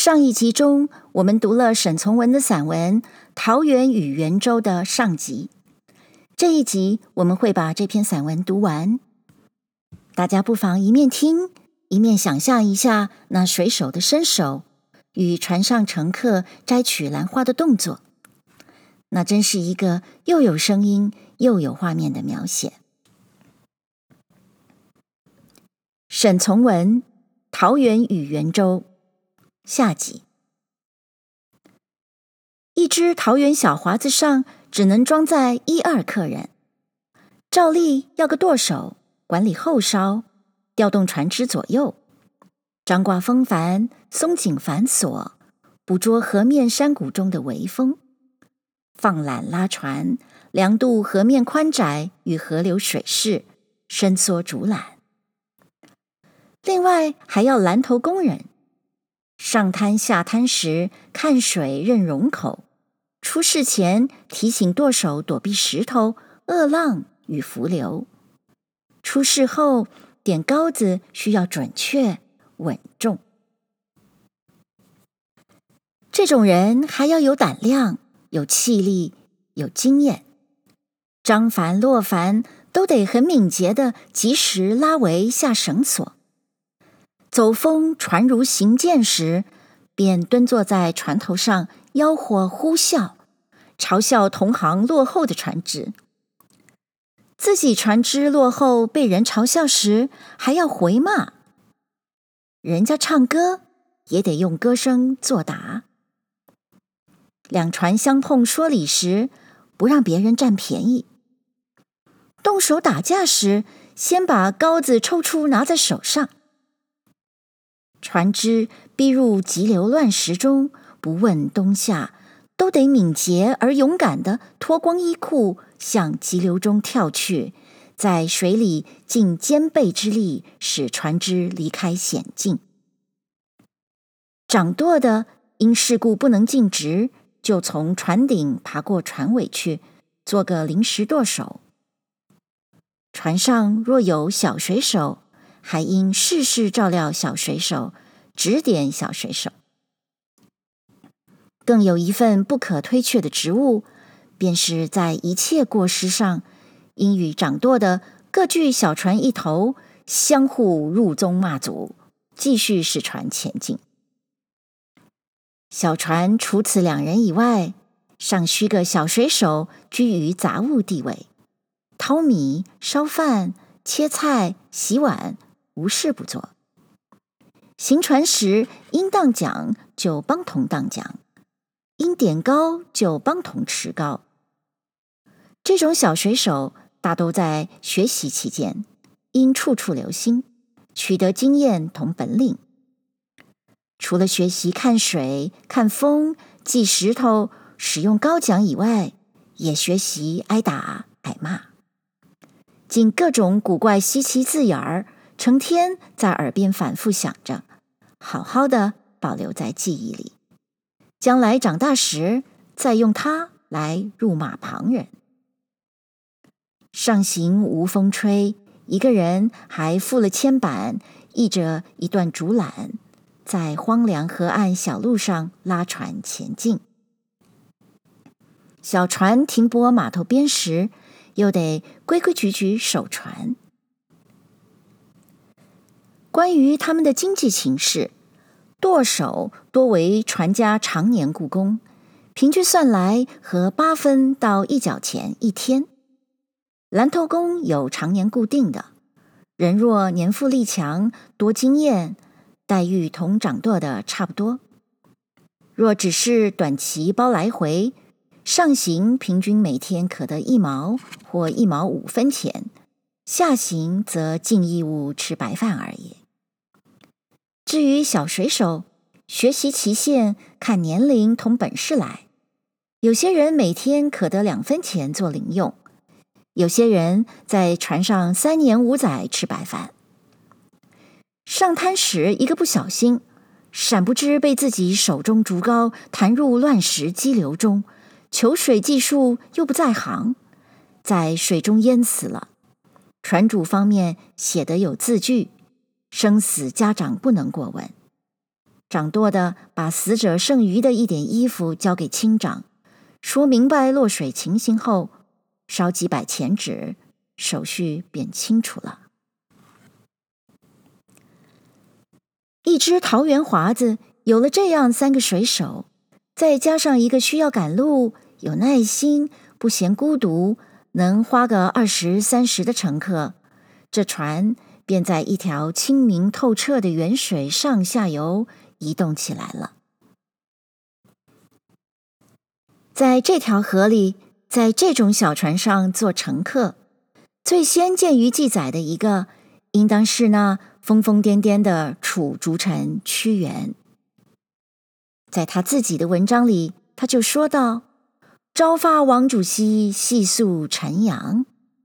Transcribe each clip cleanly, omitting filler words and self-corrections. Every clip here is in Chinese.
上一集中，我们读了沈从文的散文《桃源与圆周》的上集。这一集我们会把这篇散文读完，大家不妨一面听，一面想象一下那水手的伸手与船上乘客摘取兰花的动作，那真是一个又有声音又有画面的描写。沈从文《桃源与圆周》下集。一只桃园小华子上只能装载1、2客人，照例要个舵手管理后梢，调动船只左右，张挂风帆，松紧帆索，捕捉河面山谷中的微风，放缆拉船，量度河面宽窄与河流水势，伸缩竹缆。另外还要拦头工人，上滩下滩时看水认容口，出事前提醒舵手躲避石头、恶浪与浮流，出事后点篙子需要准确稳重。这种人还要有胆量、有气力、有经验，张帆落帆都得很敏捷地及时拉桅下绳索。走风船如行舰时，便蹲坐在船头上吆喝呼啸，嘲笑同行落后的船只。自己船只落后被人嘲笑时，还要回骂。人家唱歌也得用歌声作答。两船相碰说理时，不让别人占便宜。动手打架时，先把篙子抽出拿在手上。船只逼入急流乱石中，不问冬夏，都得敏捷而勇敢地脱光衣裤，向急流中跳去，在水里尽肩背之力，使船只离开险境。掌舵的因事故不能尽职，就从船顶爬过船尾去，做个临时舵手。船上若有小水手，还应事事照料小水手，指点小水手。更有一份不可推却的职务，便是在一切过失上，应与掌舵的各据小船一头，相互入宗骂祖，继续使船前进。小船除此2人以外，尚需个小水手居于杂物地位，淘米、烧饭、切菜、洗碗，无事不做。行船时应当讲就帮同当讲，应点篙就帮同持篙。这种小水手大都在学习期间，应处处留心，取得经验同本领。除了学习看水、看风、记石头、使用篙桨以外，也学习挨打挨骂，尽各种古怪稀奇字眼儿，成天在耳边反复想着，好好的保留在记忆里，将来长大时再用它来辱骂旁人。上行无风吹，一个人还负了铅板，倚着一段竹缆，在荒凉河岸小路上拉船前进。小船停泊码头边时，又得规规矩矩守船。关于他们的经济情势，舵手多为船家常年雇工，平均算来合8分到1角钱一天。拦头工有常年固定的，人若年富力强，多经验，待遇同掌舵的差不多。若只是短期包来回，上行平均每天可得1毛或1毛5分钱，下行则尽义务吃白饭而已。至于小水手，学习期限看年龄同本事来，有些人每天可得2分钱做零用，有些人在船上3年5载吃白饭。上滩时一个不小心，闪不知被自己手中竹篙弹入乱石激流中，求水技术又不在行，在水中淹死了。船主方面写得有字据，生死家长不能过问。 掌舵的把死者剩余的一点衣服交给亲长，说明白落水情形后，烧几百钱纸，手续便清楚了。一只桃园华子有了这样3个水手，再加上一个需要赶路、有耐心、不嫌孤独、能花个20、30的乘客，这船便在一条清明透彻的远水上下游移动起来了。在这条河里，在这种小船上做乘客，最先见于记载的一个，应当是那疯疯癫癫的楚逐臣屈原。在他自己的文章里，他就说道：朝发王主席，夕宿晨阳。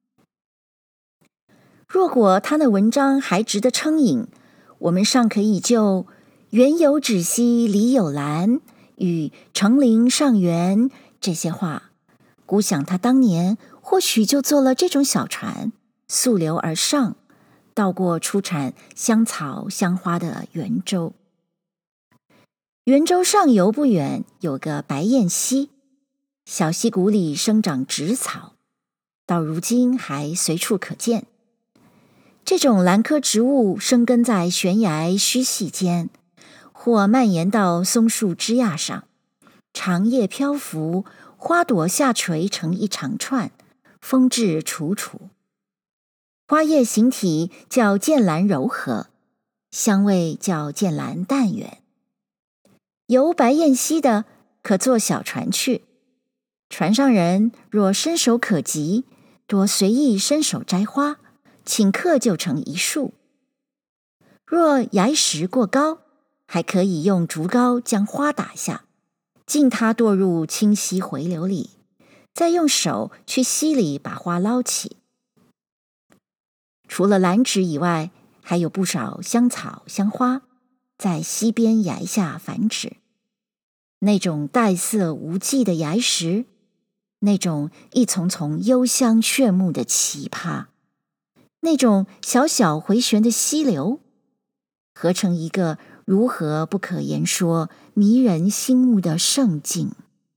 若果他的文章还值得称引，我们尚可以就原有止兮里有兰与成林上元这些话，估想他当年或许就做了这种小船，溯流而上，到过出产香草香花的圆州。圆州上游不远有个白燕溪，小溪谷里生长植草，到如今还随处可见。这种兰科植物生根在悬崖虚隙间，或蔓延到松树枝桠上，长叶漂浮，花朵下垂成一长串，风致楚楚。花叶形体较剑兰柔和，香味较剑兰淡远。游白燕溪的，可坐小船去，船上人若伸手可及，多随意伸手摘花，顷刻就成一束。若崖石过高，还可以用竹篙将花打下，尽它堕入清溪回流里，再用手去溪里把花捞起。除了兰植以外，还有不少香草香花在溪边崖下繁殖。那种黛色无际的崖石，那种一丛丛幽香炫目的奇葩，那种小小回旋的溪流，合成一个如何不可言说、迷人心目的胜境。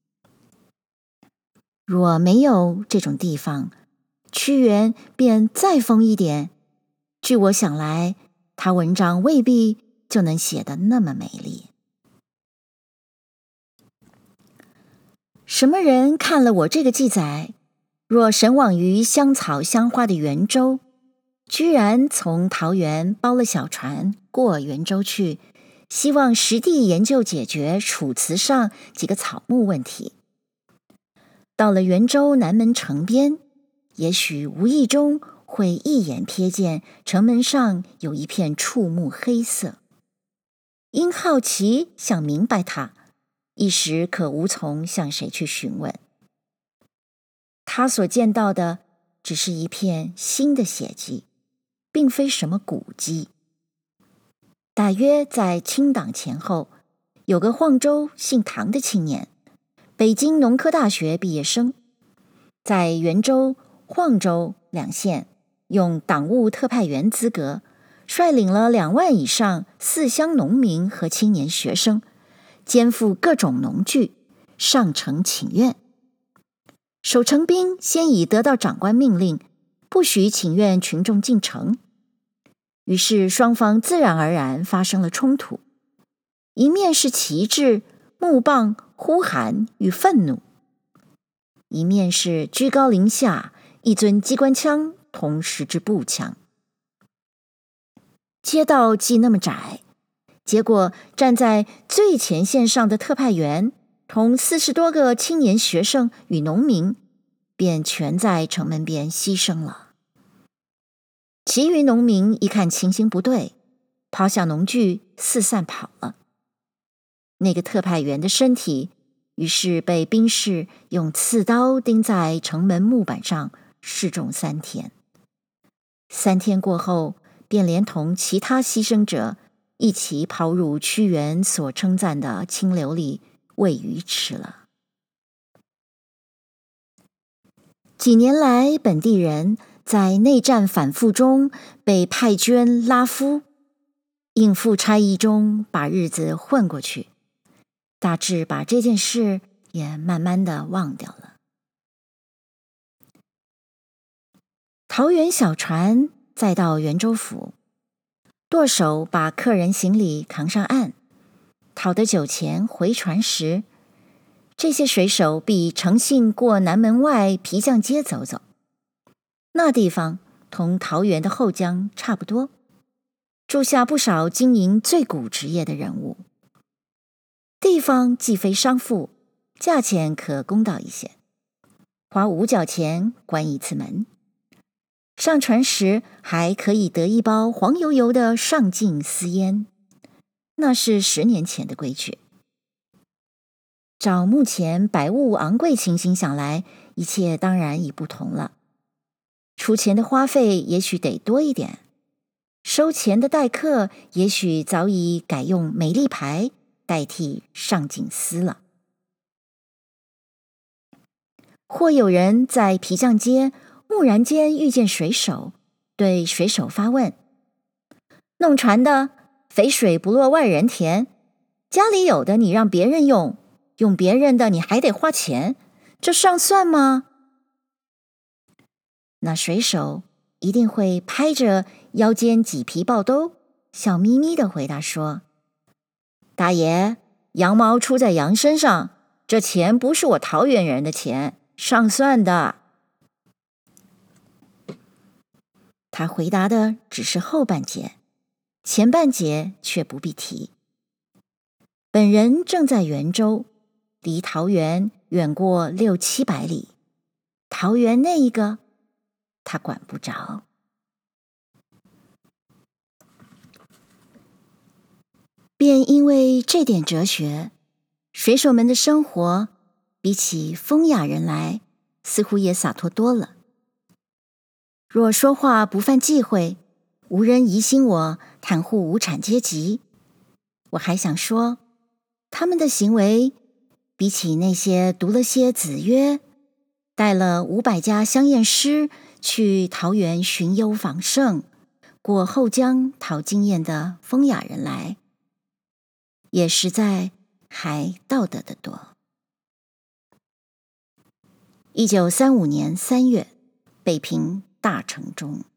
若没有这种地方，屈原便再疯一点，据我想来，他文章未必就能写得那么美丽。什么人看了我这个记载，若神往于香草香花的圆州，居然从桃园包了小船过圆州去，希望实地研究解决楚辞上几个草木问题。到了圆州南门城边，也许无意中会一眼瞥见城门上有一片触目黑色，因好奇想明白它，一时可无从向谁去询问。他所见到的只是一片新的血迹，并非什么古迹。大约在清党前后，有个晃州姓唐的青年，北京农科大学毕业生，在圆州、晃州2县用党务特派员资格，率领了2万以上4乡农民和青年学生，肩负各种农具，上城请愿。守城兵先已得到长官命令，不许请愿群众进城，于是双方自然而然发生了冲突。一面是旗帜、木棒、呼喊与愤怒，一面是居高临下一尊机关枪同10支步枪。街道既那么窄，结果站在最前线上的特派员同40多个青年学生与农民，便全在城门边牺牲了。其余农民一看情形不对，抛下农具四散跑了。那个特派员的身体于是被兵士用刺刀钉在城门木板上，示众3天。3天过后，便连同其他牺牲者一起抛入屈原所称赞的清流里喂鱼吃了。几年来，本地人在内战反复中被派捐拉夫， 应付差役中把日子混过去，大致把这件事也慢慢的忘掉了。桃园小船再到圆州府，舵手把客人行李扛上岸，讨得酒钱回船时，这些水手必诚信过南门外皮匠街走走。那地方同桃园的后江差不多，住下不少经营最古职业的人物。地方既非商埠，价钱可公道一些，花5角钱关一次门。上船时还可以得一包黄油油的上境私烟，那是10年前的规矩。照目前百物昂贵情形想来，一切当然已不同了。出钱的花费也许得多一点，收钱的待客也许早已改用美丽牌代替上境丝了。或有人在皮匠街蓦然间遇见水手，对水手发问：弄船的，肥水不落外人田，家里有的你让别人用，用别人的你还得花钱，这上算吗？那水手一定会拍着腰间几皮抱兜，笑眯眯地回答说：大爷，羊毛出在羊身上，这钱不是我桃园人的钱，上算的。他回答的只是后半截，前半截却不必提。本人正在圆州，离桃园远过6、700里，桃园那一个他管不着。便因为这点哲学，水手们的生活比起风雅人来，似乎也洒脱多了。若说话不犯忌讳，无人疑心我袒护无产阶级，我还想说，他们的行为比起那些读了些子曰，带了500家香艳师去桃园寻幽访胜，过后江讨经验的风雅人来，也实在还道德得多。1935年3月，北平大城中。